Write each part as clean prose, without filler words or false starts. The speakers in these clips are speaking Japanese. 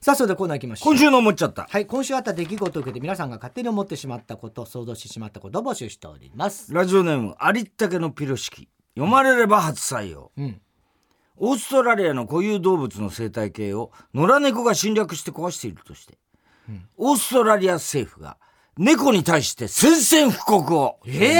さあそれでコーナー行きましょう。 今週の思っちゃった。 はい、今週あった出来事を受けて皆さんが勝手に思ってしまったこと、想像してしまったことを募集しております。 ラジオネームありったけのピロシキ。読まれれば初採用。オーストラリアの固有動物の生態系を野良猫が侵略して壊しているとして、オーストラリア政府が猫に対して宣戦布告を。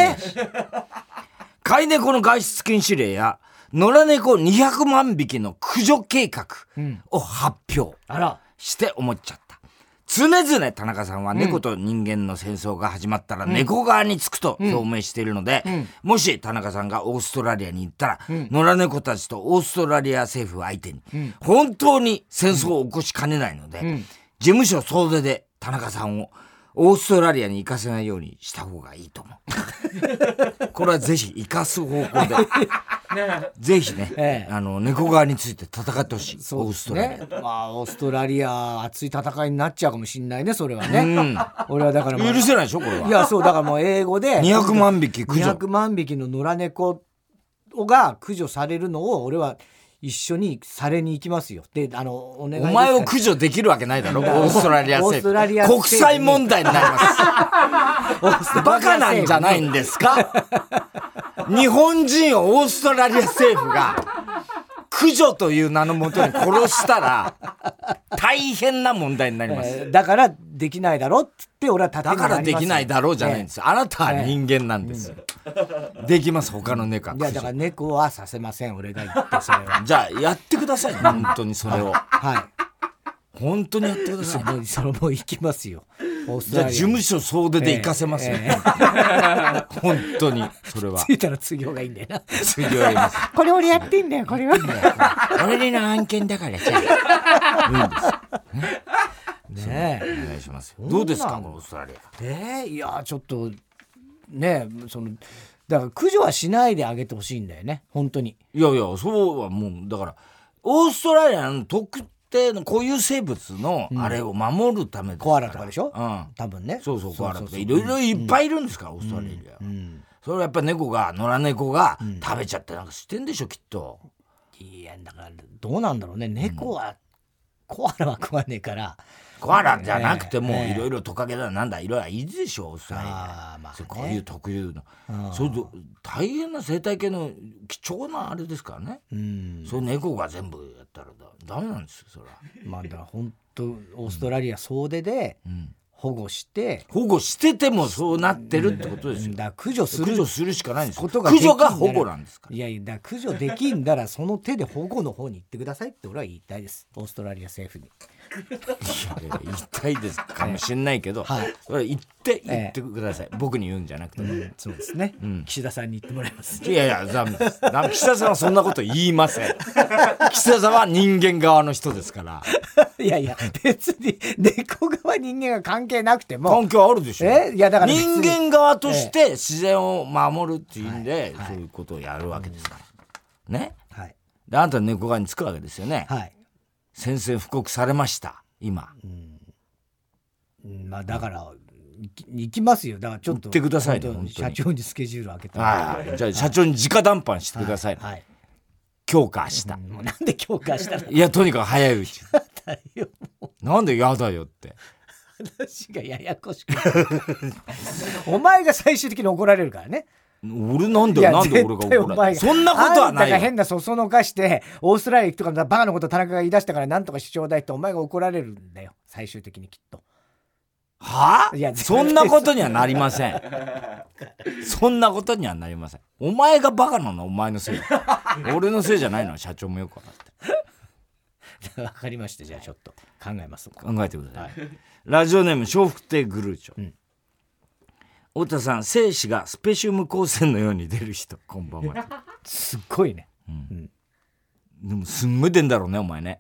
飼い猫の外出禁止令や野良猫200万匹の駆除計画を発表して思っちゃった。常々田中さんは猫と人間の戦争が始まったら猫側につくと表明しているので、もし田中さんがオーストラリアに行ったら、野良猫たちとオーストラリア政府相手に本当に戦争を起こしかねないので、事務所総出で田中さんをオーストラリアに行かせないようにした方がいいと思う。これはぜひ生かす方向でぜひね、猫側について戦ってほしい。オーストラリア、 まあオーストラリア熱い戦いになっちゃうかもしんないね、それはね。俺はだから許せないでしょこれは。 いやそうだからもう英語で 200万匹駆除、 200万匹の野良猫が駆除されるのを俺は一緒にされに行きますよ。でお願いですから、 お前を駆除できるわけないだろオーストラリア政府。国際問題になりますバカなんじゃないんですか日本人をオーストラリア政府が駆除という名のもとに殺したら大変な問題になります、 だからできないだろって俺は立てになります。 だからできないだろうじゃないんですよ、あなたは人間なんですよ、できます他の猫は。 いやだから猫はさせません、俺が言ってそれはじゃあやってください本当にそれをはい本当にやってください。 それも行きますよ。 じゃあ事務所総出で行かせますよ、本当にそれは。 着いたら次がいいんだよな。 次はやります。 これ俺やってんだよ、これは俺の案件だからじゃあいいんですねえ、 お願いしますよ。どうですかオーストラリア。 いやちょっとね、だから駆除はしないであげてほしいんだよね本当に。 いやいやそうはもうだからオーストラリアの特定の固有生物のあれを守るためですから、 コアラとかでしょ、多分ね。 そうコアラとかいろいろいっぱいいるんですから、オーストラリアは、それはやっぱ野良猫が食べちゃってなんかしてんでしょきっと。 いやだからどうなんだろうね、猫は、コアラは食わねえから。 コアラじゃなくてもいろいろトカゲだなんだいろいろいるでしょオーストラリア、こういう特有の、それと大変な生態系の貴重なあれですからね、それ猫が全部やったらダメなんですよそれは。 まあだから本当オーストラリア総出で保護して、 保護しててもそうなってるってことですよ。 だ駆除するしかないんですよ。 駆除が保護なんですから。 いやだ駆除できんだらその手で保護の方に行ってくださいって俺は言いたいです、オーストラリア政府に。 言いたいですかもしれないけど、それ言ってください、僕に言うんじゃなくて、 そうですね、岸田さんに言ってもらいます。 いやダメです。岸田さんはそんなこと言いません岸田さんは人間側の人ですからいや別に猫側人間が関係なくても関係あるでしょ。 いやだから人間側として自然を守るっていうんで、そういうことをやるわけですからね、であなたは猫側につくわけですよね。宣戦布告されました今、まあだから行きますよ。だからちょっと言ってくださいね本当に。 社長にスケジュール開けて、 じゃあ社長に直談判してください、強化した、 もうなんで強化したの。 いやとにかく早いうちなんでやだよって話がややこしくお前が最終的に怒られるからね。 俺なんで俺が怒られる。そんなことはないよ。 あんたが変なそそのかしてオーストラリア行くとかバカなこと田中が言い出したからなんとか主張だいってお前が怒られるんだよ最終的にきっと。 はあ？いやそんなことにはなりませんそんなことにはなりません。お前がバカなのお前のせい俺のせいじゃないのは社長もよく分かってわかりました。じゃあちょっと考えます。 考えてください、ラジオネーム笑福亭グルーチョ、太田さん、精子がスペシウム光線のように出る人、こんばんはすっごいね、 でもすんごい出んだろうねお前ね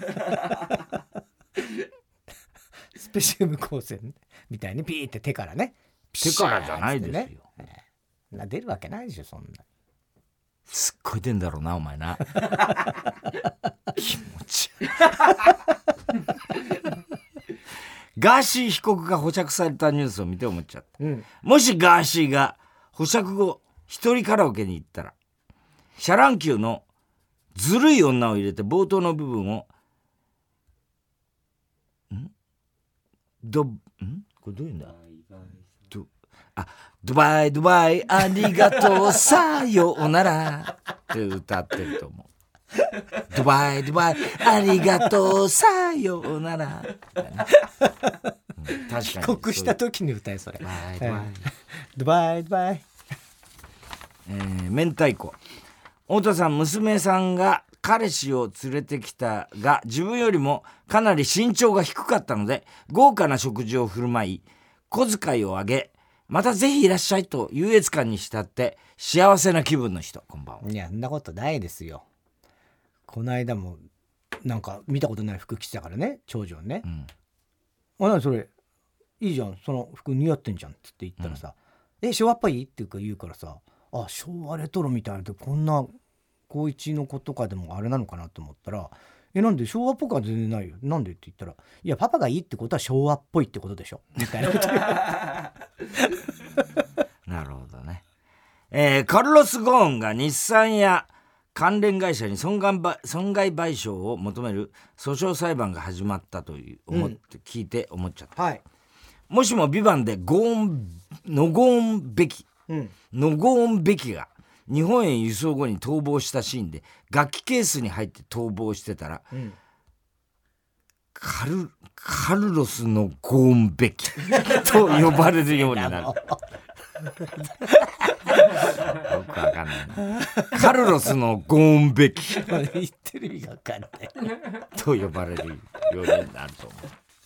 スペシウム光線みたいにピーって手からね。 手からじゃないですよ、 出るわけないでしょそんな。 すっごい出んだろうなお前な気持ちガーシー被告が保釈されたニュースを見て思っちゃった、もしガーシーが保釈後一人カラオケに行ったらシャ乱 Q のずるい女を入れて冒頭の部分をこれどういうんだ。ドバイドバイありがとうさようならって歌ってると思う。ドバイドバイありがとうさようなら、確かに帰国した時に歌えそれ。 ドバイドバイ明太子。太田さん、娘さんが彼氏を連れてきたが自分よりもかなり身長が低かったので豪華な食事を振る舞い小遣いをあげ、またぜひいらっしゃいと優越感に浸って幸せな気分の人。こんばんは。 いや、そんなことないですよ。この間もなんか見たことない服着てたからね、長女ね、何それいいじゃん、その服似合ってんじゃんって言ったらさ、昭和っぽいって言うからさ、あ、昭和レトロみたいなで、こんな高一の子とかでもあれなのかなと思ったら、なんで昭和っぽくは全然ないよ、なんでって言ったら、いやパパがいいってことは昭和っぽいってことでしょみたいなことなるほどね。カルロス・ゴーンが日産や関連会社に損害賠償を求める訴訟裁判が始まったと聞いて思っちゃった、はい、もしもビバンでノゴーンベキが日本へ輸送後に逃亡したシーンで楽器ケースに入って逃亡してたら、カルロスのゴーンベキと呼ばれるようになる。よくわかんないな。カルロスのゴーンベキ言ってる意味がわかんないと呼ばれるようになると思う。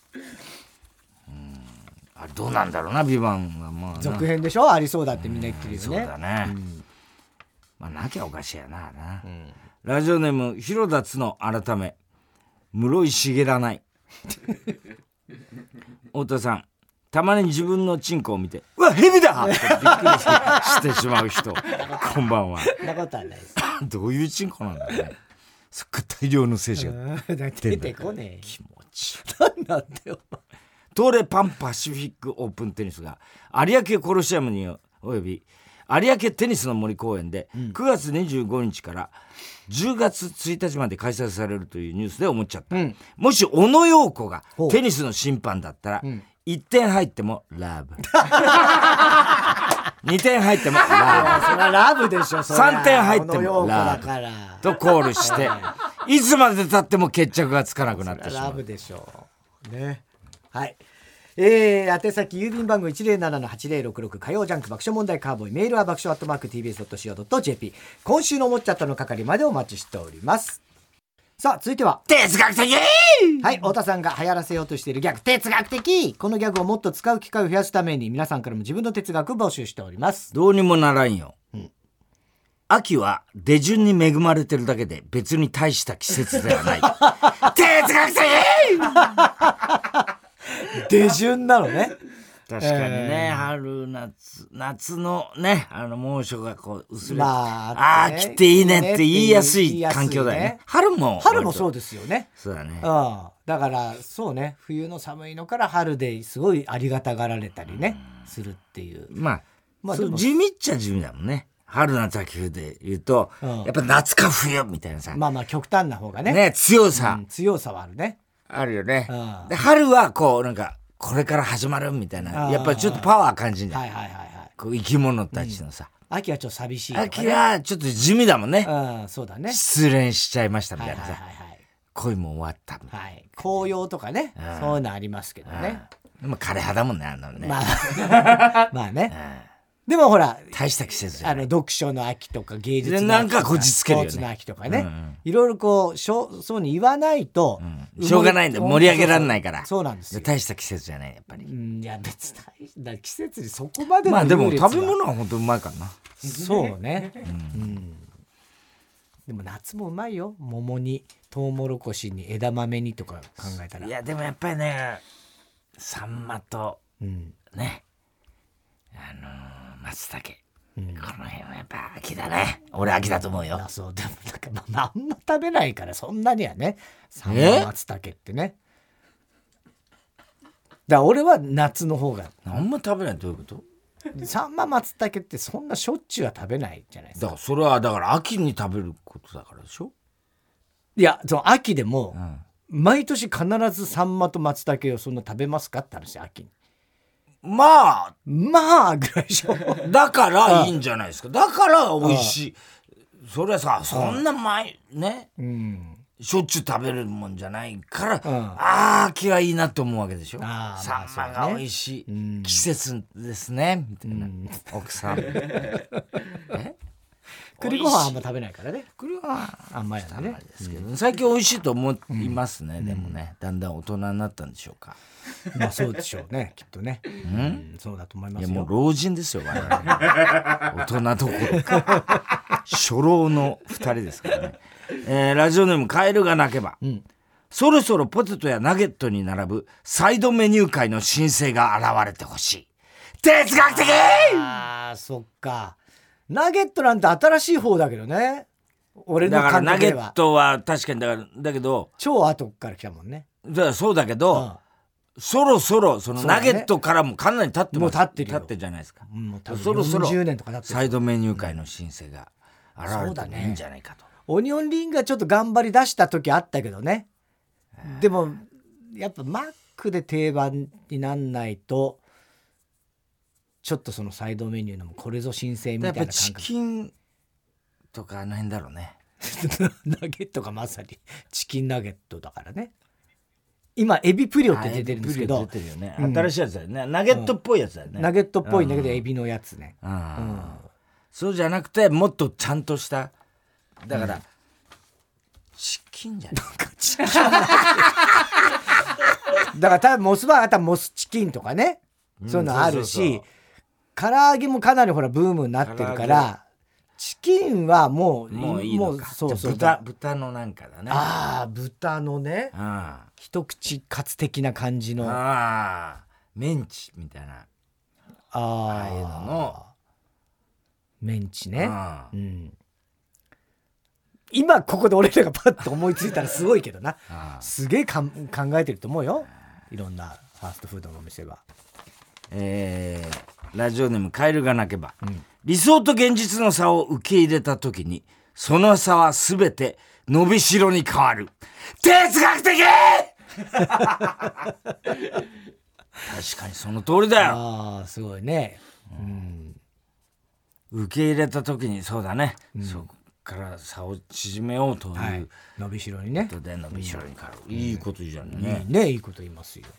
あ、どうなんだろうな、ビバンは。まあ続編でしょ、ありそうだってみんな言ってるよね。 そうだね、まあなきゃおかしいやな、ラジオネーム広田つの改め室井茂らない太田さん、たまに自分のチンコを見てうわ蛇だってびっくりしてしまう人こんばんは。 そんなことはないですどういうチンコなんだね。そっか、大量の精子が出てこねえ。 気持ちなんなんだよ。 東レパンパシフィックオープンテニスが有明コロシアムにおよび有明テニスの森公園で9月25日から10月1日まで開催されるというニュースで思っちゃった、もし小野陽子がテニスの審判だったら、1点入ってもラブ2点入ってもラブ、 それはラブでしょ。 3点入ってもラブとコールしていつまで経っても決着がつかなくなってしまう。 ラブでしょうね。はい、宛先郵便番号 107-8066 火曜ジャンク爆笑問題カーボーイ、メールは爆笑@tbs.co.jp、 今週の思っちゃったの係までお待ちしております。さあ続いては哲学的。 はい、太田さんが流行らせようとしているギャグ、哲学的。このギャグをもっと使う機会を増やすために皆さんからも自分の哲学を募集しております。 どうにもならんよ、秋は出順に恵まれてるだけで別に大した季節ではない哲学的出順なのね。 確かにね、春夏のね、猛暑がこう薄れて、来ていいねって言いやすい環境だよね。春もそうですよね。 そうだね。 だからそうね、冬の寒いのから春ですごいありがたがられたりね、するっていう。 まあ地味っちゃ地味だもんね。春夏秋冬で言うと、やっぱ夏か冬みたいなさ。 まあ極端な方がね。 強さはあるね。 あるよね。で春はこうなんかこれから始まるみたいな、やっぱりちょっとパワー感じんだよ。こう生き物たちのさ。 秋はちょっと寂しいとかね。 秋はちょっと地味だもんね。 そうだね。 失恋しちゃいましたみたいなさ。恋も終わったみたいな。 紅葉とかね、そういうのありますけどね。 でも枯れ葉だもんね、 まあね。でもほら大した季節じゃない。 読書の秋とか芸術の秋とかなんかこじつけるよね。 スポーツの秋とかね、いろいろこうそうに言わないと、 しょうがないんだよ、盛り上げられないから。 そうなんですよ。 大した季節じゃないやっぱり。 いや別に季節にそこまでのまあでも食べ物は本当うまいからな。 そうね。でも夏もうまいよ。桃にトウモロコシに枝豆にとか考えたら。 いやでもやっぱりね、サンマとね、松茸、この辺はやっぱ秋だね。俺秋だと思うよ。 そうでもなんかあんま食べないからそんなにはね、サンマ松茸ってね。だから俺は夏の方が。 あんま食べない。どういうこと？ サンマ松茸ってそんなしょっちゅうは食べないじゃないですか。 だからそれはだから秋に食べることだからでしょ。 いやその秋でも、 毎年必ずサンマと松茸をそんな食べますかって話、秋に。 まあぐらいでしょ。 だからいいんじゃないですか。だから美味しい。それはさ、そんなね、しょっちゅう食べるもんじゃないから、気がいいなと思うわけでしょ。サンマが美味しい季節ですねみたいな、奥さん。 栗ご飯あんま食べないからね。 栗ご飯あんまりだね。 ですけど、最近美味しいと思いますね。でもね、だんだん大人になったんでしょうか。 まあそうでしょうね、きっとね。そうだと思いますよ。 いやもう老人ですよ、我々。大人どころか初老の2人ですからね。ラジオネームカエルが鳴けば、そろそろポテトやナゲットに並ぶサイドメニュー界の新星が現れてほしい。哲学的。 そっか。ナゲットなんて新しい方だけどね、俺の感覚では。だからナゲットは確かにだけど超後から来たもんね。 そうだけど、そろそろそのナゲットからもかなり経ってます。もう経ってるじゃないですか。そろそろサイドメニュー界の新星が現れてもいいんじゃないかと。 オニオンリングがちょっと頑張り出した時あったけどね。でもやっぱマックで定番になんないと、ちょっとそのサイドメニューのもこれぞ新鮮みたいな感覚。 やっぱチキンとかあの辺だろうね。 ナゲットがまさにチキンナゲットだからね。今エビプリオって出てるんですけど、 出てるよね。新しいやつだよね。ナゲットっぽいやつだよね。 ナゲットっぽいんだけどエビのやつね。 そうじゃなくてもっとちゃんとした、だから、チキンじゃないだから多分モスバーガーはモスチキンとかね、そういうのあるし、唐揚げもかなりほらブームになってるから、チキンはもういいのか。そう豚のなんかだね。 豚のね、一口カツ的な感じの、 メンチみたいな、ああいうののメンチね。今ここで俺らがパッと思いついたらすごいけどな。すげえ考えてると思うよ、いろんなファーストフードのお店は。 ラジオネームカエルが鳴けば、理想と現実の差を受け入れた時にその差は全て伸びしろに変わる。哲学的。確かにその通りだよ。 すごいね。 受け入れた時にそうだね、そこから差を縮めようという、 伸びしろにね。 伸びしろに変わる。いいことじゃんね。 いいこと言いますよ。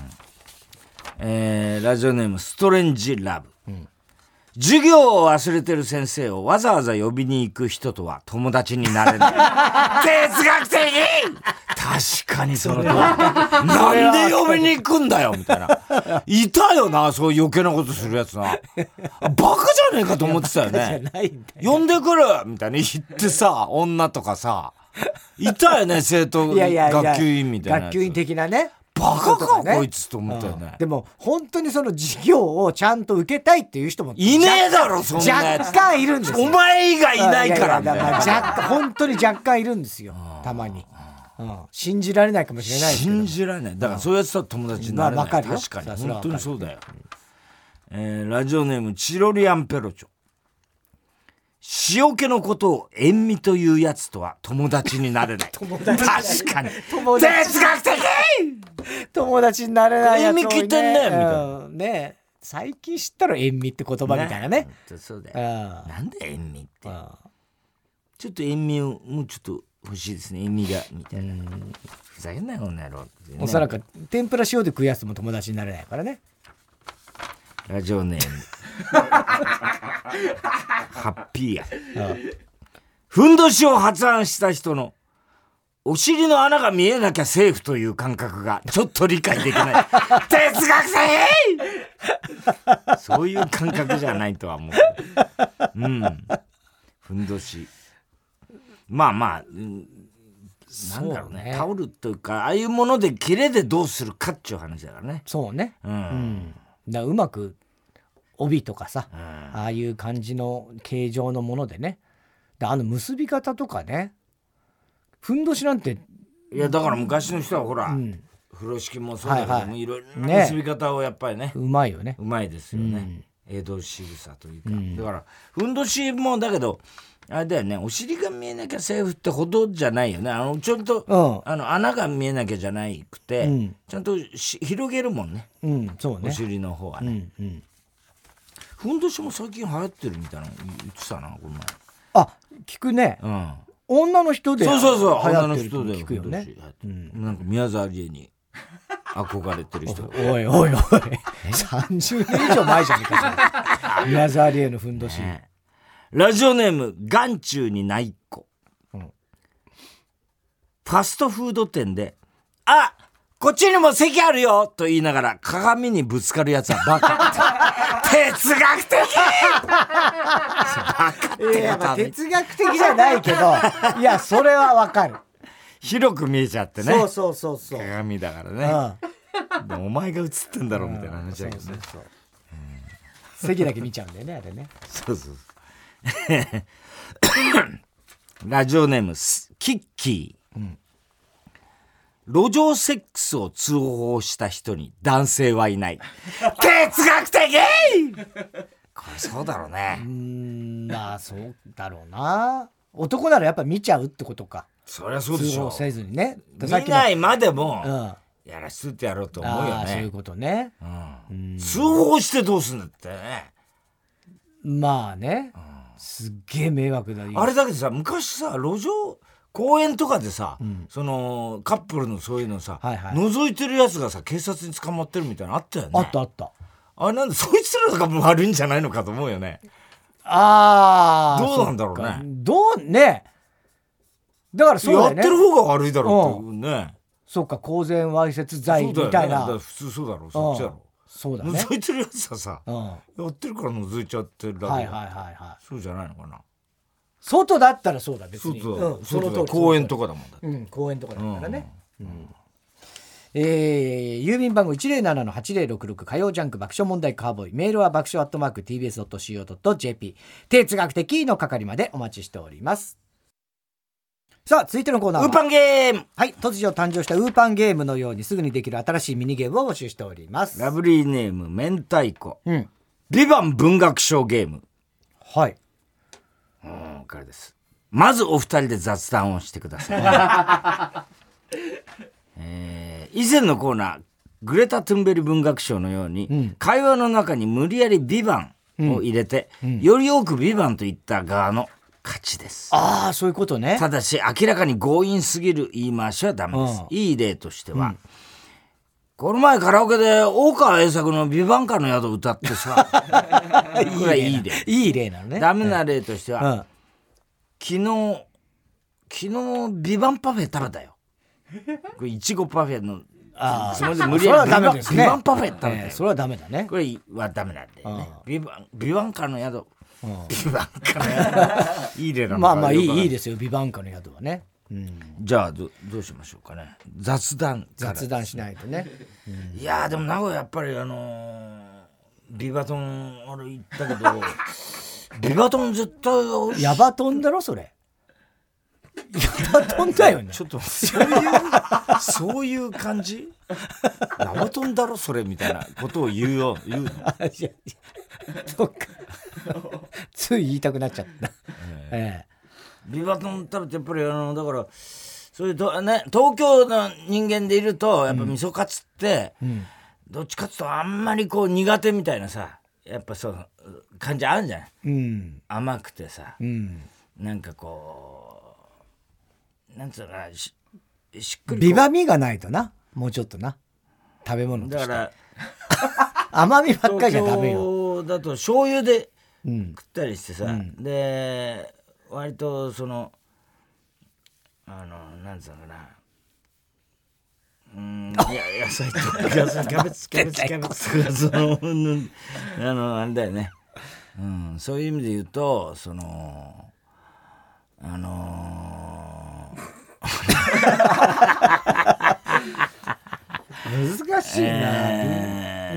ラジオネームストレンジラブ、授業を忘れてる先生をわざわざ呼びに行く人とは友達になれない。哲学的。確かにその通り。なんで呼びに行くんだよみたいな。いたよな、そういう余計なことするやつな。バカじゃねえかと思ってたよね。呼んでくるみたいに言ってさ、女とかさいたよね、生徒学級委員みたいなやつ。 学級委員的なね。 バカか、こいつと思ったよね。 でも本当にその授業をちゃんと受けたいっていう人もいねえだろ、そんなやつ。 若干いるんですよ。 お前以外いないからみたいな。 本当に若干いるんですよ、たまに。信じられないかもしれないですけど。 信じられない。だからそういうやつと友達になれない。確かに本当にそうだよ。ラジオネームチロリアンペロチョ。塩気のことを塩味というやつとは友達になれない。確かに哲学的。 友達になれないやつ塩味聞いてんねみたいなね。最近知ったら塩味って言葉みたいなね。 そうだよ。なんで塩味って、ちょっと塩味をもうちょっと欲しいですね、塩味がみたいな。ふざけんなよこんな野郎。 おそらく天ぷら塩で食うやつも友達になれないからね。 ラジオネームハッピーや。ふんどしを発案した人のお尻の穴が見えなきゃセーフという感覚がちょっと理解できない。哲学的。そういう感覚じゃないとは思う。ふんどし、まあなんだろうね、タオルというかああいうもので切れでどうするかっていう話だからね。 そうね。だうまく帯とかさ、ああいう感じの形状のものでね。で結び方とかね、ふんどしなんて、 いやだから昔の人はほら、風呂敷もそうだけども、いろいろな結び方をやっぱりね、 うまいよね。 うまいですよね、江戸仕草というか、だからふんどしもだけどあれだよね、お尻が見えなきゃセーフってほどじゃないよね。ちょっと、穴が見えなきゃじゃなくて、ちゃんと広げるもんね。 そうね。 お尻の方はね。ふんどしも最近流行ってるみたいなの言ってたな、この前。 あ、聞くね。女の人で流行ってる人で聞くよね。 なんか宮沢りえに憧れてる人。 おい30年以上前じゃねえか。宮沢りえのふんどし。 ラジオネーム眼中にないっ子。ファストフード店であ、こっちにも席あるよと言いながら鏡にぶつかるやつはバカ。哲学的。バカってやつは哲学的じゃないけど、いやそれはわかる。 広く見えちゃってね。 そう鏡だからね。でもお前が映ってんだろうみたいな話だけどね。 席だけ見ちゃうんだよね、あれね。 そうラジオネームキッキー。路上セックスを通報した人に男性はいない。哲学的。これそうだろうね。 まあそうだろうな。男ならやっぱ見ちゃうってことか。 そりゃそうでしょ。 通報せずにね。 見ないまでも、やらしとってやろうと思うよね。 そういうことね。 通報してどうすんだってね。 まあね。すっげえ迷惑だ。 あれだけどさ、昔さ、路上公園とかでさ、そのカップルのそういうのさ、覗いてるやつがさ、警察に捕まってるみたいなのあったよね。 あった。 あれなんで、そいつらが悪いんじゃないのかと思うよね。どうなんだろうね。 ね。だからそうだよね。 やってる方が悪いだろうってね。 そうか、公然わいせつ罪みたいな。 普通そうだろう、そっちだろう。 そうだね。 覗いてるやつはさ、やってるから覗いちゃってるだろう。そうじゃないのかな。 外だったらそうだ、別に。 公園とかだもんだ。 公園とかだからね。郵便番号 107-8066 火曜ジャンク爆笑問題カーボーイ。メールは爆笑@tbs.co.jp 哲学的の係までお待ちしております。さあ続いてのコーナーはウーパンゲーム。 はい、突如誕生したウーパンゲームのようにすぐにできる新しいミニゲームを募集しております。 ラブリーネーム明太子。ビバン文学賞ゲーム。 はい。 これです。まずお二人で雑談をしてください。以前のコーナーグレタ・トゥンベリ文学賞のように、会話の中に無理やりビバンを入れて、より多くビバンと言った側の勝ちです。 ああ、そういうことね。 ただし明らかに強引すぎる言い回しはダメです。いい例としては、この前カラオケで大川栄策のビバンカの宿歌ってさこれはいい例。 いい例なのね。 ダメな例としては、昨日ビバンパフェ食べたよ。これいちごパフェのつもりで無理やりビバンパフェ食べたよ。 それはダメだね。 これはダメなんだよね。ビバンカの宿。ビバンカの宿。いい例なのか。 まあいいですよ、ビバンカの宿はね。 じゃあどうしましょうかね。雑談しないとね。 いやでも名古屋やっぱりビバトン俺行ったけどビバトン絶対美味しい。 ヤバトンだろそれ。ヤバトンだよね。 ちょっとそういう感じ。ヤバトンだろそれみたいなことを言うの。 そっか。つい言いたくなっちゃった。 ビバトン食べてやっぱりだからそういうね、東京の人間でいるとやっぱ味噌カツって、どっちかっていうとあんまりこう苦手みたいなさ、やっぱそう感じあるんじゃない、甘くてさ、なんかこうなんつうのかな、しっくりビバみがないとな、もうちょっとな、食べ物としてだから甘みばっかりじゃダメよ。 東京だと醤油で食ったりしてさ、で割とそのなんつうのかな、いや野菜とかキャベツとかそのあれだよね、そういう意味で言うとその難しいな、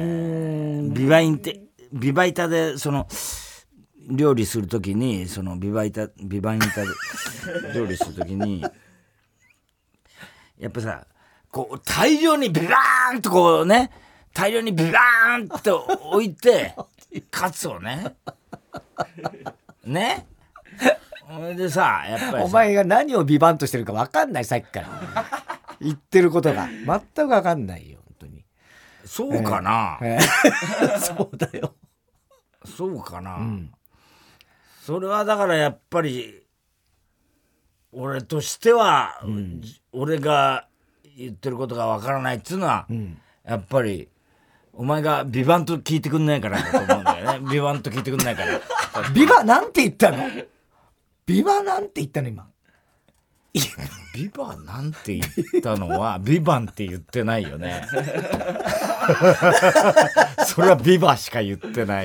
ビバイタでその料理するときにそのビバイタで料理するときにやっぱさこう大量にビバーンとこうね、大量にビバーンと置いてカツをねでさやっぱりお前が何をビバンとしてるか分かんない。さっきから言ってることが全く分かんないよ本当に。 そうかな、 そうだよ。 そうかな、それはだからやっぱり俺としては、俺が言ってることが分からないっていうのは、やっぱりお前がビバンと聞いてくんないからだと思うんだよね。ビバンと聞いてくんないから。 ビバなんて言ったの？ビバなんて言ったの今。 ビバなんて言ったのはビバンって言ってないよね。それはビバしか言ってない。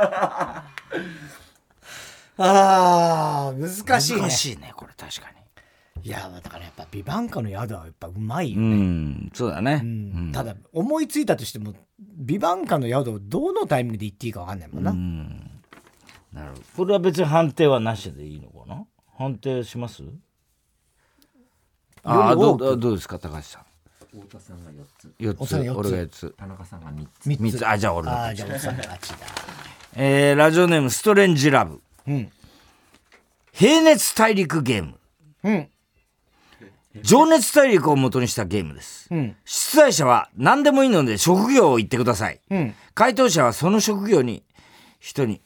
あー難しいね。 難しいねこれ確かに。 いやだからやっぱビバンカの宿はやっぱうまいよね。 そうだね、 ただ思いついたとしてもビバンカの宿をどのタイミングで行っていいか分かんないもんな。 なるほど。これは別に判定はなしでいいのかな。判定します？どうですか高橋さん。 太田さんが 4つ俺が4つ、 田中さんが 3つ。じゃあ俺のじゃあ太田さんが勝ちだ。 ラジオネームストレンジラブ、平熱大陸ゲーム、情熱大陸を元にしたゲームです、出題者は何でもいいので職業を言ってください、回答者はその職業の人に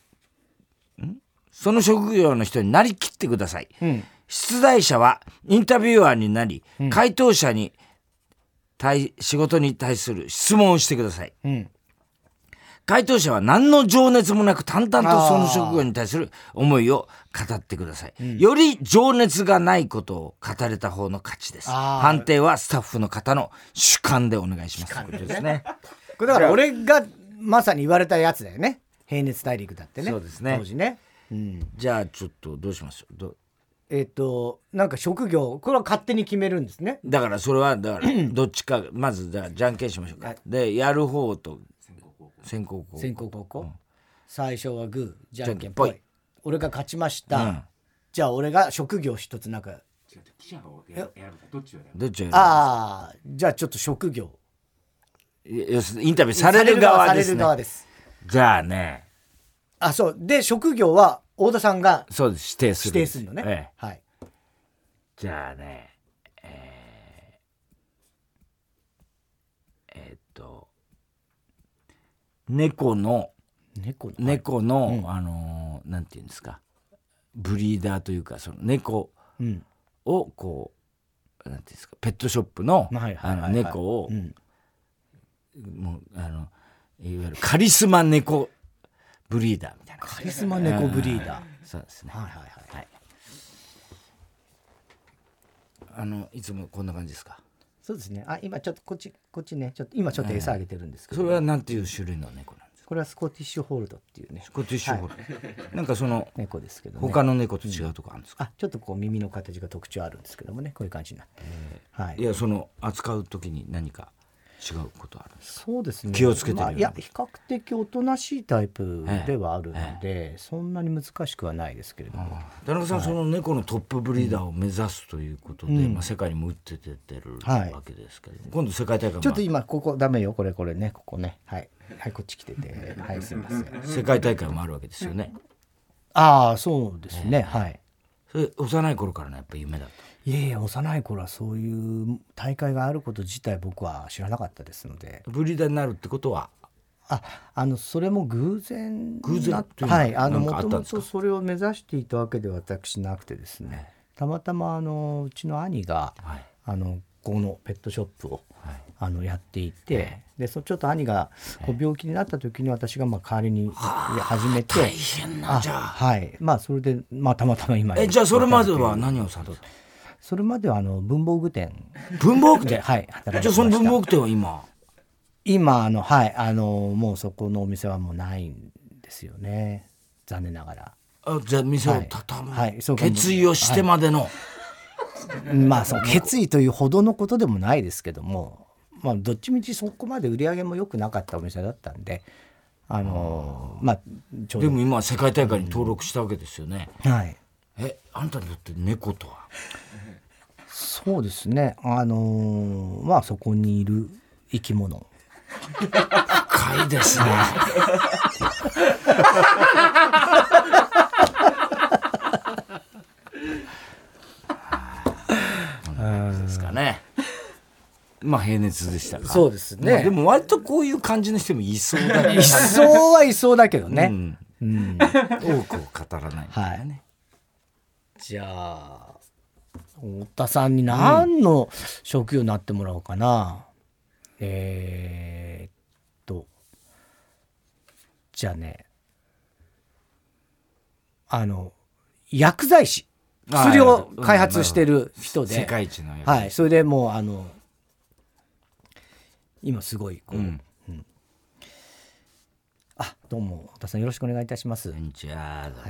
なりきってください、出題者はインタビュアーになり、回答者に仕事に対する質問をしてください、回答者は何の情熱もなく淡々とその職業に対する思いを語ってください、より情熱がないことを語れた方の勝ちです。判定はスタッフの方の主観でお願いします。これですね。 これだから俺がまさに言われたやつだよね。平熱大陸だってね。 そうですね。 当時ね。 じゃあちょっとどうしましょう。 なんか職業これは勝手に決めるんですね。 だからそれはどっちかまずじゃんけんしましょうか。でやる方と先攻後攻、最初はグーじゃんけんぽい。俺が勝ちました、じゃあ俺が職業一つなんか記者がやるかどっちをやる。 じゃあちょっと職業インタビューされる側ですね。じゃあねそうで職業は太田さんがそうです指定するのね、はい。 じゃあね猫のなんていうんですかブリーダーというかその猫をこうなんていうんですかペットショップの猫をもういわゆるカリスマ猫ブリーダーみたいな。 カリスマ猫ブリーダー。 そうですね。いつもこんな感じですか。 そうですね。今ちょっとこっちねちょっと今ちょっと餌あげてるんですけど、 それはなんていう種類の猫なんですか。 これはスコティッシュホールドっていうね。 スコティッシュホールド、なんかその猫ですけど、 他の猫と違うとこあるんですか。 ちょっとこう耳の形が特徴あるんですけどもね、こういう感じになって、 いやその扱う時に何か違うことあるんですか。 そうですね。 気をつけてるよね。 いや比較的おとなしいタイプではあるので、そんなに難しくはないですけれども。 田中さん、その猫のトップブリーダーを目指すということで、世界にも打って出てるわけですけど、今度世界大会もちょっと今ここダメよこれねここねはいこっち来ててはいすみません。 世界大会もあるわけですよね。 そうですね、はい。 それ幼い頃からのやっぱ夢だった。 いや幼い頃はそういう大会があること自体僕は知らなかったですので。 ブリーダーになるってことはそれも偶然っていうのはもともとそれを目指していたわけでは私なくてですね、たまたまうちの兄が、このペットショップを、やっていて、でちょっと兄がこう病気になった時に私が代わりに始めて、 大変なじゃあそれでたまたま今じゃあそれまでは何をされて。 それまでは文房具店で働いてました。 じゃあその文房具店は今もうそこのお店はもうないんですよね、残念ながら。 じゃあ店を畳む、決意をしてまでの、 その決意というほどのことでもないですけども、どっちみちそこまで売り上げも良くなかったお店だったんで、ちょうどでも今は世界大会に登録したわけですよね。あんたにとって猫とは。 そうですね、そこにいる生き物。 深いですね。 まあ平熱でしたか。 そうですね、 まあ、でも割とこういう感じの人もいそうだね。 いそうはいそうだけどね、 多くを語らないみたいなね、 じゃあ太田さんに何の職業になってもらおうかな、じゃあね薬剤師、薬を開発してる人で、 世界一の薬剤師、 はい、それでもう今すごいこう、どうも太田さんよろしくお願いいたします。 こんにちは。 はい、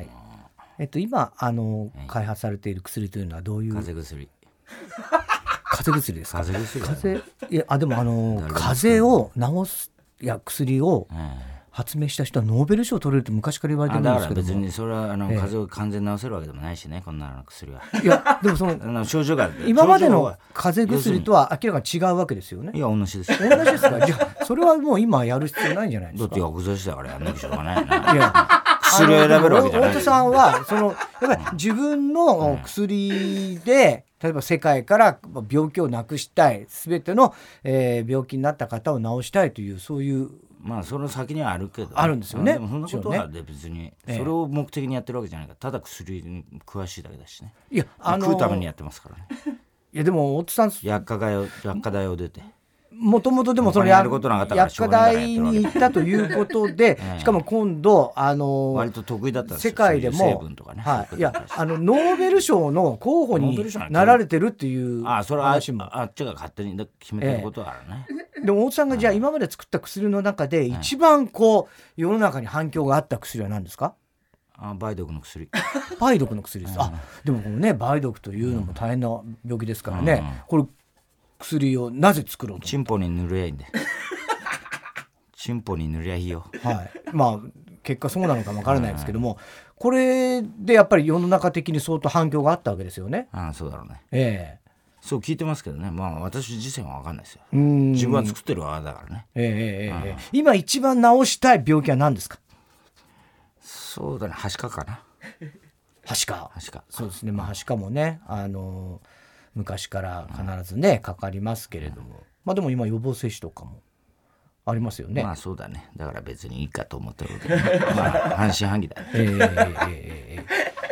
今開発されている薬というのはどういう？ 風邪薬。 風邪薬ですか？ 風邪薬。 いやでも風邪を治す薬を発明した人はノーベル賞を取れるって昔から言われてるんですけども、 だから別にそれは風邪を完全に治せるわけでもないしね、こんな薬は。 いやでもその症状が今までの風邪薬とは明らかに違うわけですよね。 いや同じです。 同じですか？じゃあそれはもう今やる必要ないんじゃないですか？ だって薬剤師だからやんなきゃしょうがないな。 いや薬を選べるわけじゃない。 太田さんはやっぱり自分の薬で例えば世界から病気をなくしたい、全ての、病気になった方を治したいというそういうまあその先にはあるけど、 あるんですよね。 でもそんなことは別にそれを目的にやってるわけじゃないから、ただ薬に詳しいだけだしね。 いや食うためにやってますからね。 いやでも太田さん薬科大を出てもともとでもその薬科大に行ったということでしかも今度割と得意だったんですよ、 世界でも成分とかね、 いやノーベル賞の候補になられてるっていうそれは話もあっちが勝手に決めてることはあるね、 でも太田さんがじゃあ今まで作った薬の中で一番こう世の中に反響があった薬は何ですか？ 梅毒の薬。 梅毒の薬です。でもこのね梅毒というのも大変な病気ですからね、これ薬をなぜ作ろうと？ チンポに塗りゃいいんで。チンポに塗りゃいいよ。 はい。まあ結果そうなのかもわからないですけども、これでやっぱり世の中的に相当反響があったわけですよね。 そうだろうね。そう聞いてますけどね。まあ私自身は分かんないですよ。自分は作ってる側だからね。 今一番治したい病気は何ですか？ そうだね、はしかかな。 はしか。そうですね。はしかもね昔から必ずねかかりますけれども、でも今予防接種とかもありますよね。 まあそうだね。だから別にいいかと思ってるけど、半信半疑だね。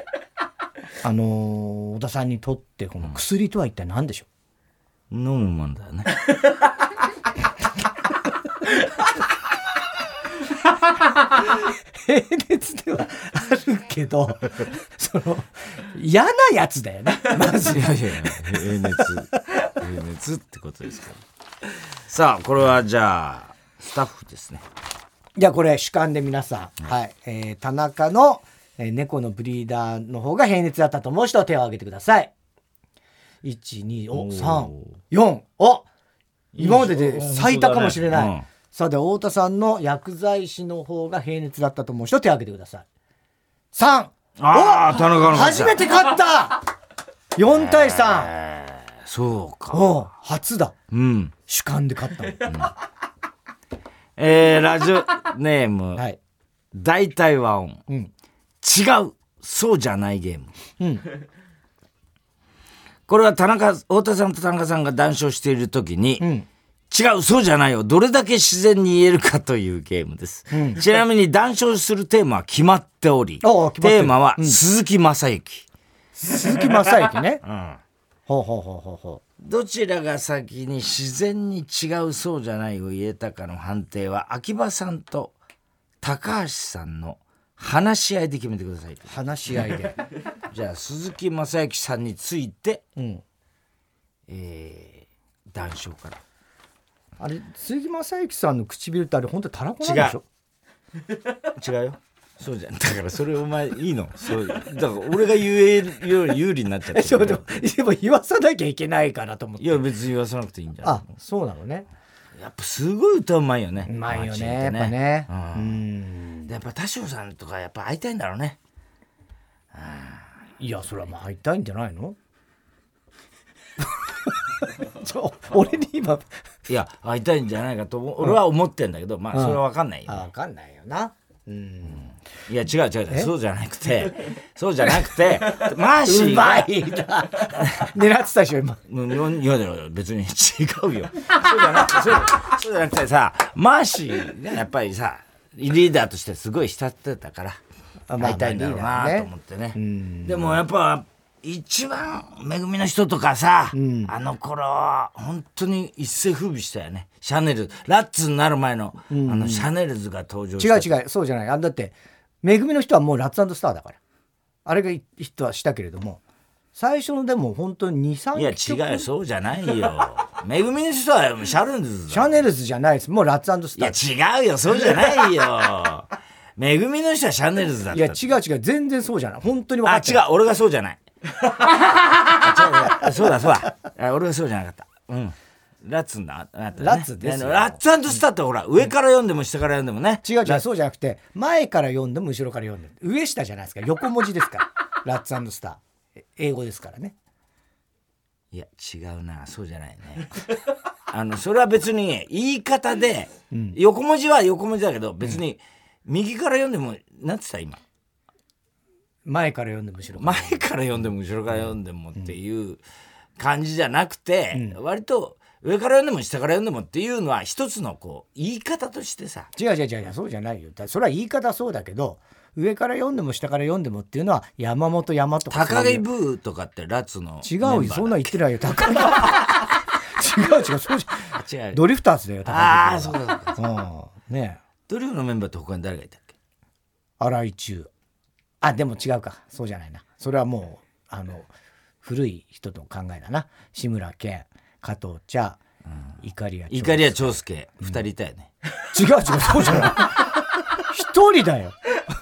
太田さんにとってこの薬とは一体何でしょう？飲むもんだよね。 平熱ではあるけど嫌なやつだよねまず。 いや平熱ってことですから。さあこれはじゃあスタッフですね。 じゃあこれ主観で皆さん、田中の猫のブリーダーの方が平熱だったと思う人は手を挙げてください。12344今までで最多かもしれない。さあで太田さんの薬剤師の方が平熱だったと思う人手を挙げてください。3。 田中の初めて勝った4対3。 そうか。 初だ。主観で勝ったの。 ラジオネーム、大体和音、違うそうじゃないゲーム、これは太田さんと田中さんが談笑している時に、違うそうじゃないよどれだけ自然に言えるかというゲームです、ちなみに談笑するテーマは決まっており、テーマは鈴木雅之、 鈴木雅之ね。 どちらが先に自然に違うそうじゃないを言えたかの判定は秋葉さんと高橋さんの話し合いで決めてください。 話し合いでじゃあ鈴木雅之さんについて、談笑から。 あれ鈴木雅之さんの唇ってあれ本当にたらこなんでしょ？ 違うよ。そうじゃん。だからそれお前いいの？そうだから俺が言えるより有利になっちゃってる。 でも言わさなきゃいけないかなと思って。 いや別に言わさなくていいんじゃない？ そうなのね。 やっぱすごい歌うまいよね。 うまいよね。やっぱね。 やっぱ田代さんとかやっぱ会いたいんだろうね。 いやそれは会いたいんじゃないの？俺に今いや会いたいんじゃないかと俺は思ってんだけど、それは分かんないよ、 分かんないよな。 いや違うそうじゃなくてマーシーが狙ってたでしょ今。 いや別に違うよ。そうじゃなくてさ、マーシーがやっぱりさリーダーとしてすごい慕ってたから会いたいんだろうなと思ってね。でもやっぱ一番めぐみの人とかさ、あの頃は本当に一世風靡したよね。シャネルラッツになる前の、シャネルズが登場した。 違うそうじゃない。だってめぐみの人はもうラッツ&スターだから、あれがヒットはしたけれども、最初のでも本当に 2,3 曲。いや違うよ、そうじゃないよ。めぐみの人はシャネルズだ。 シャネルズじゃないです。もうラッツ&スター。いや違うよ、そうじゃないよ。めぐみの人はシャネルズだった。 いや違う全然そうじゃない。本当に分かって。 違う、俺がそうじゃない。そうだ俺がそうじゃなかった。ラッツだ、ね、 ラッツですよ。 ラッツ&スターってほら、上から読んでも下から読んでもね。 違うそうじゃなくて、前から読んでも後ろから読んでも上下じゃないですか。横文字ですからラッツ&スター英語ですからね。 いや違うな、そうじゃないね。それは別に言い方で、横文字は横文字だけど、別に右から読んでもなんて言った今、 前から読んでも後ろから前から読んでも後ろから読んでもっていう感じじゃなくて、割と上から読んでも下から読んでもっていうのは一つのこう言い方としてさ。 違うそうじゃないよ。それは言い方そうだけど、上から読んでも下から読んでもっていうのは山本山とか高木ブーとかってラッツの違うよ、そんな言ってないよ。高木違うそうじゃドリフターズだよ、高木。 ああそうだね。 ドリフのメンバーって他に誰がいたっけ？ 荒井中。でも違うか、そうじゃないな。それはもう古い人の考えだな。志村けん、加藤茶、イカリア長介、2人いたよね。 違うそうじゃない一人だよ。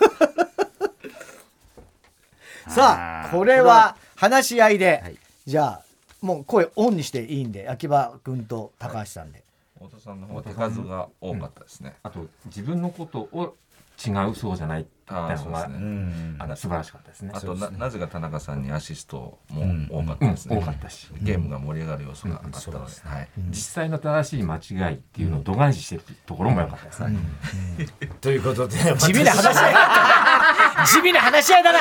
さあこれは話し合いで、じゃあもう声オンにしていいんで、秋葉君と高橋さんで。 太田さんの方が手数が多かったですね。あと自分のことを違う、そうじゃないって言ったのが素晴らしかったですね。 あと なぜか田中さんにアシストも多かったですね。 多かったし、 ゲームが盛り上がる要素があったので、 実際の正しい間違いっていうのを度外視してるところも良かったですね。 ということで地味な話し合い地味な話し合いだな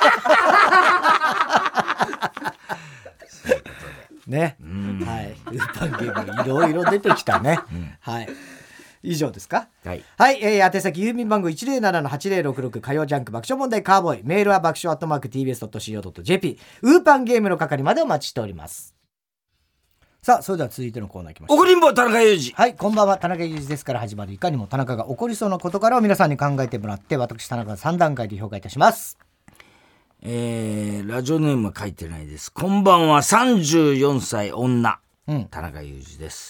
ね、はい、ウーパンゲームいろいろ出てきたね、はい、以上ですか。はい、宛先郵便番号 107-8066 火曜ジャンク爆笑問題カーボーイ、メールは爆笑@tbs.co.jp、 ウーパンゲームの係までお待ちしております。さあそれでは続いてのコーナーいきましょう。 怒りんぼ田中裕二。 はい、こんばんは。田中裕二ですから始まるいかにも田中が起こりそうな事柄を皆さんに考えてもらって、私田中が3段階で評価いたします。 ラジオネームは書いてないです。こんばんは、34歳女、田中裕二です。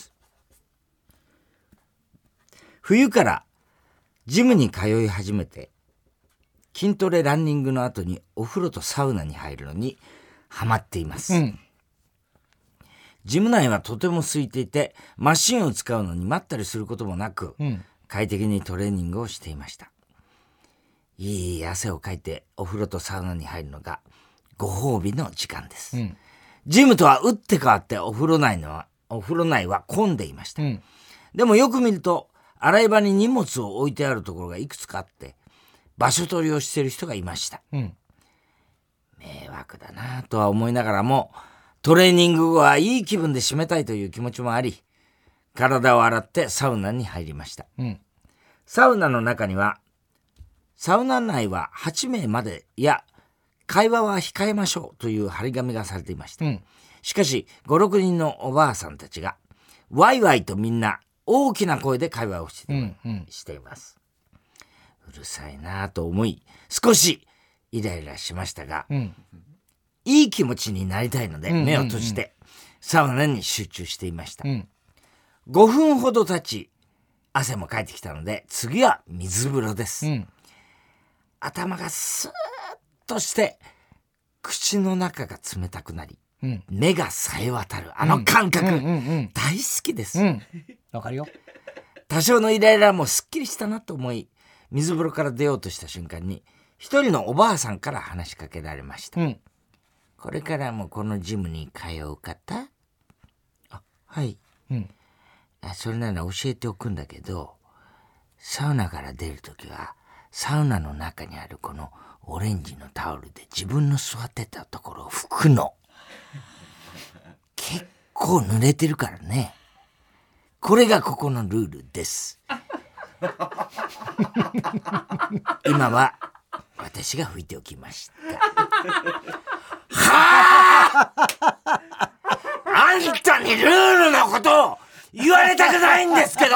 冬からジムに通い始めて、筋トレランニングの後にお風呂とサウナに入るのにハマっています、ジム内はとても空いていて、マシンを使うのに待ったりすることもなく、快適にトレーニングをしていました。いい汗をかいてお風呂とサウナに入るのがご褒美の時間です、ジムとは打って変わってお風呂内は混んでいました、でもよく見ると洗い場に荷物を置いてあるところがいくつかあって、場所取りをしている人がいました、迷惑だなとは思いながらも、トレーニング後はいい気分で締めたいという気持ちもあり、体を洗ってサウナに入りました、サウナの中にはサウナ内は8名までや会話は控えましょうという張り紙がされていました、しかし 5,6 人のおばあさんたちがワイワイとみんな大きな声で会話をしています、うるさいなと思い少しイライラしましたが、いい気持ちになりたいので目を閉じてサウナに集中していました、5分ほど経ち汗もかいてきたので次は水風呂です、頭がスーッとして口の中が冷たくなり、目が冴え渡るあの感覚、大好きです、 わかるよ。 多少のイライラもすっきりしたなと思い、水風呂から出ようとした瞬間に一人のおばあさんから話しかけられました、これからもこのジムに通う方？はい、それなら教えておくんだけど、サウナから出るときはサウナの中にあるこのオレンジのタオルで自分の座ってたところを拭くの。結構濡れてるからね。これがここのルールです。今は私が拭いておきました。はああんたにルールのことを言われたくないんですけど、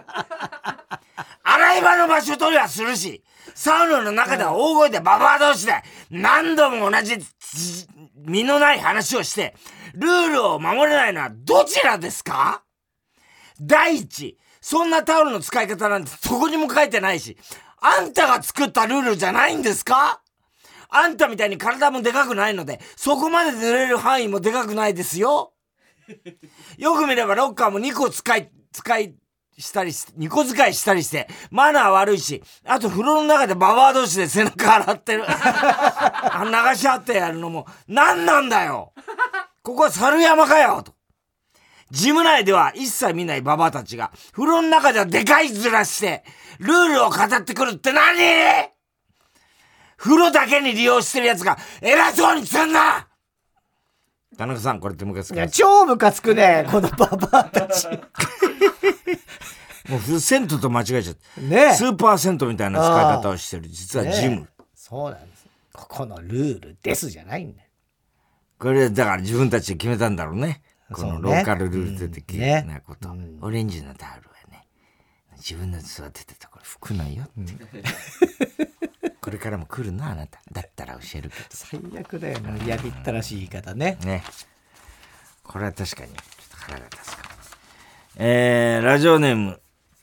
洗い場の場所取りはするし、サウナの中では大声でババア同士で何度も同じ身のない話をしてルールを守れないのはどちらですか？第一、そんなタオルの使い方なんてそこにも書いてないし、あんたが作ったルールじゃないんですか？あんたみたいに体もでかくないので、そこまで濡れる範囲もでかくないですよ。よく見ればロッカーも2個使いしたりして、2個使いしたりして、マナー悪いし、あと風呂の中でババア同士で背中洗ってる。流し合ってやるのも、何なんだよ。ここは猿山かよと。ジム内では一切見ないババアたちが、風呂の中ではでかいずらして、ルールを語ってくるって何？風呂だけに利用してるやつが偉そうにすんな！田中さん、これってムカつく？ いや、超ムカつくね、このババアたち。 もう銭湯と間違えちゃった。 ね、 スーパー銭湯みたいな使い方をしてる。実はジム。 ね、そうなんです。ここのルールですじゃないんだよ。 これだから自分たちで決めたんだろうね。このローカルルール的なこと。オレンジのタオルはね、自分の座ってたところ拭くのよって。これからも来るのあなた。だったら教えるけど。 最悪だよな、やびったらしい言い方ね。 ね。これは確かにちょっと腹が立つかも。ラジオネーム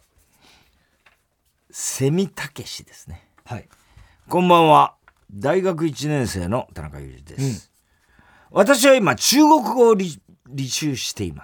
セミたけしですね。 はい。 こんばんは。大学1年生の田中裕二です。私は今中国語を履修しています。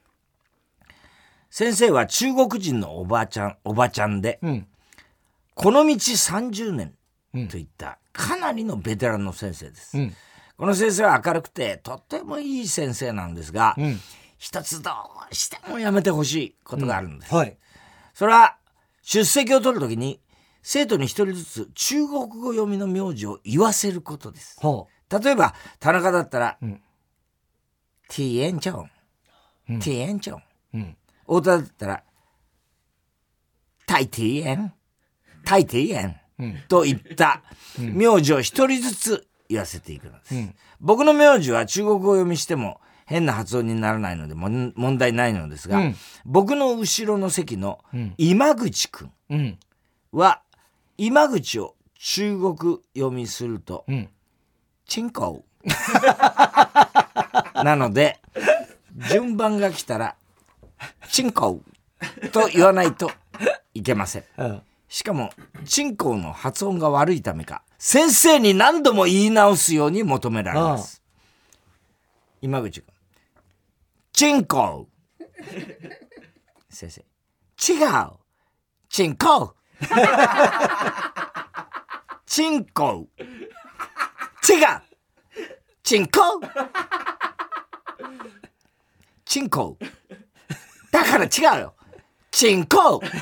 先生は中国人のおばちゃんで、この道30年といったかなりのベテランの先生です。この先生は明るくてとってもいい先生なんですが、一つどうしてもやめてほしいことがあるんです。それは出席を取るときに生徒に一人ずつ中国語読みの名字を言わせることです。例えば田中だったら、ティエンチョン、ティエンチョン。太田だったら、タイティエン、タイティエンといった名字を一人ずつ言わせていくのです。僕の名字は中国語読みしても変な発音にならないので問題ないのですが、僕の後ろの席の今口くんは、今口を中国読みすると、チンコなので、順番が来たら、チンコと言わないといけません。しかも、チンコの発音が悪いためか、先生に何度も言い直すように求められます。今口くん。チンコ先生。違う。チンコチンコ違うチンコチンコだから違うよチンコおーい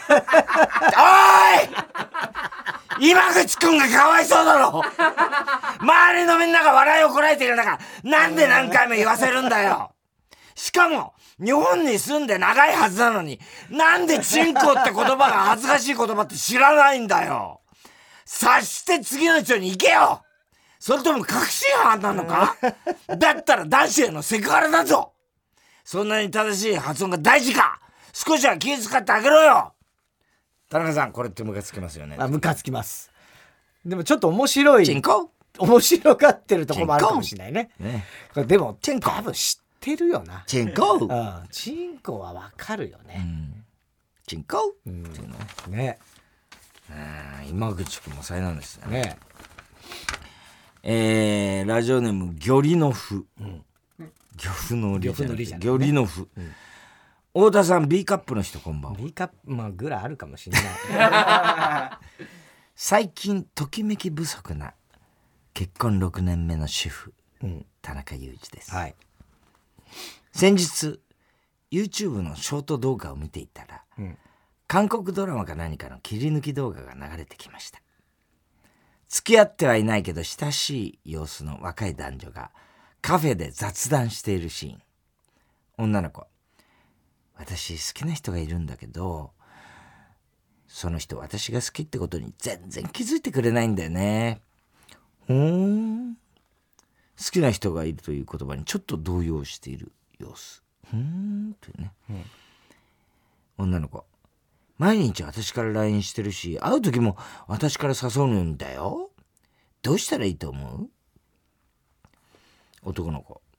今口くんがかわいそうだろ周りのみんなが笑いをこらえている中なんで何回も言わせるんだよしかも日本に住んで長いはずなのになんでチンコって言葉が恥ずかしい言葉って知らないんだよ察して次の人に行けよそれとも確信犯なのかだったら男子へのセクハラだぞそんなに正しい発音が大事か少しは気遣ってあげろよ田中さんこれってムカつきますよねムカつきますでもちょっと面白いチンコ面白がってるとこもあるかもしれない ねでもチンコ多分知ってるよなチンコチンコはわかるよね、 チンコ、 ね今口くんも才能ですよねラジオネームギョリノフ、漁夫のりじゃなくてギョリノフ、太田さん B カップの人こんばんは B カップぐらいあるかもしれない最近ときめき不足な結婚6年目の主婦、田中裕二です、先日 YouTube のショート動画を見ていたら、韓国ドラマか何かの切り抜き動画が流れてきました、 付き合ってはいないけど親しい様子の若い男女がカフェで雑談しているシーン。女の子、私好きな人がいるんだけど、その人私が好きってことに全然気づいてくれないんだよね。好きな人がいるという言葉にちょっと動揺している様子。ってね、女の子、毎日私から LINE してるし、会う時も私から誘うのんだよ。どうしたらいいと思う？男の子、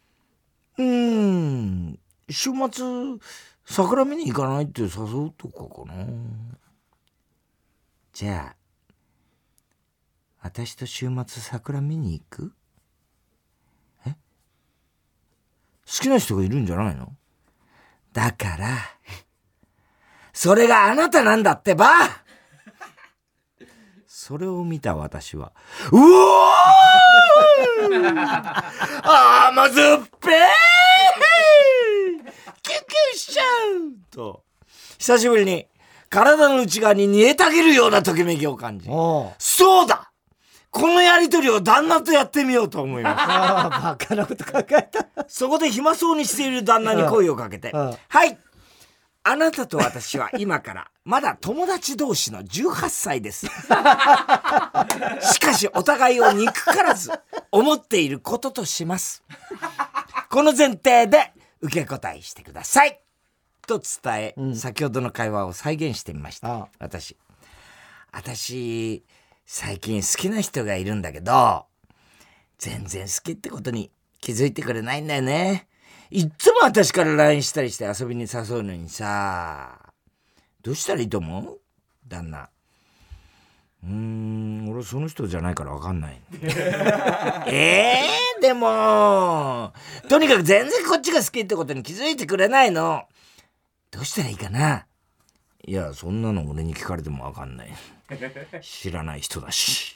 週末桜見に行かないって誘うとかかな。じゃあ私と週末桜見に行く？好きな人がいるんじゃないの？だからそれがあなたなんだってば。それを見た私は、うおー甘酸っぱいキュキュしちゃうと、久しぶりに体の内側に煮えたぎるようなときめきを感じ、そうだ、このやりとりを旦那とやってみようと思います。 バカなこと考えた。 そこで暇そうにしている旦那に声をかけて、はい、あなたと私は今からまだ友達同士の18歳です。しかしお互いを憎からず思っていることとします。この前提で受け答えしてくださいと伝え、先ほどの会話を再現してみました。私最近好きな人がいるんだけど、全然好きってことに気づいてくれないんだよね。いっつも私から LINE したりして遊びに誘うのにさ、どうしたらいいと思う？旦那。俺その人じゃないから分かんない。でもとにかく全然こっちが好きってことに気づいてくれないの。どうしたらいいかな？いや、そんなの俺に聞かれても分かんない。知らない人だし。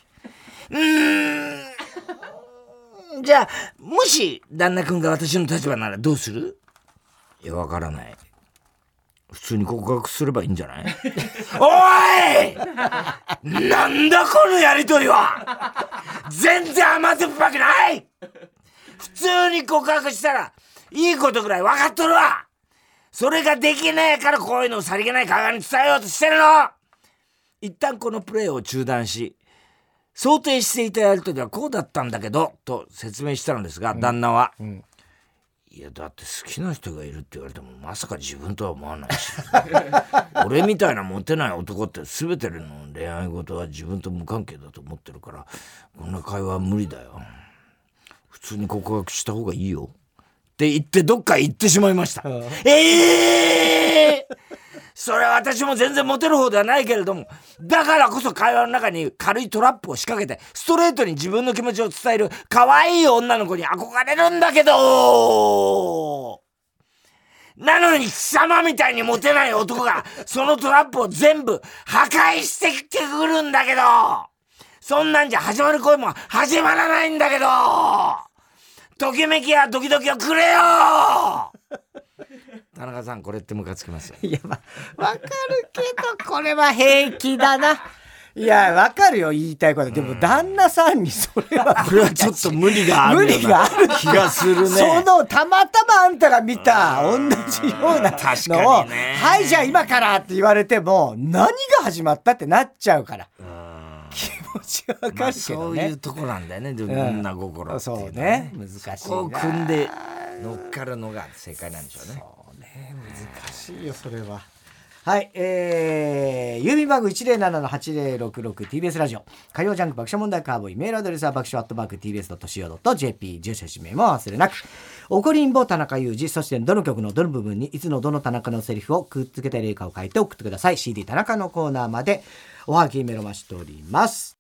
じゃあもし旦那くんが私の立場ならどうする？いや、分からない。普通に告白すればいいんじゃない？おい！なんだこのやりとりは！全然甘酸っぱくない！普通に告白したらいいことぐらい分かっとるわ！それができねえからこういうのをさりげない会話に伝えようとしてるの！一旦このプレーを中断し、想定していたやりとりはこうだったんだけどと説明したのですが、旦那は、いや、だって好きな人がいるって言われてもまさか自分とは思わないし俺みたいなモテない男って全ての恋愛事は自分と無関係だと思ってるから、こんな会話は無理だよ。普通に告白した方がいいよって言ってどっか行ってしまいました。それは私も全然モテる方ではないけれども、だからこそ会話の中に軽いトラップを仕掛けてストレートに自分の気持ちを伝える可愛い女の子に憧れるんだけど、なのに貴様みたいにモテない男がそのトラップを全部破壊してきてくるんだけど、そんなんじゃ始まる恋も始まらないんだけど、ときめきやドキドキをくれよ。田中さん、これってムカつきますよ。 いや、わかるけどこれは平気だな。いや、わかるよ、言いたいこと。でも旦那さんにそれはこれはちょっと無理があるような気がするね。 そのたまたまあんたが見た同じようなのを、はい、じゃあ今からって言われても何が始まったってなっちゃうから。気持ちわかるけどね、 そういうとこなんだよね、女心っていうのはね。 そうね、難しいな。 そこを組んで乗っかるのが正解なんでしょうね。 そうね、難しいよそれは。はい、郵便番号 107-8066 TBS ラジオ火曜ジャンク爆笑問題カーボーイ、メールアドレスは爆笑@tbs.co.jp、 住所氏名も忘れなく。怒りんぼ田中裕二、そしてどの曲のどの部分にいつのどの田中のセリフをくっつけた例かを書いて送ってください。 CD 田中のコーナーまでおはぎメロマしております。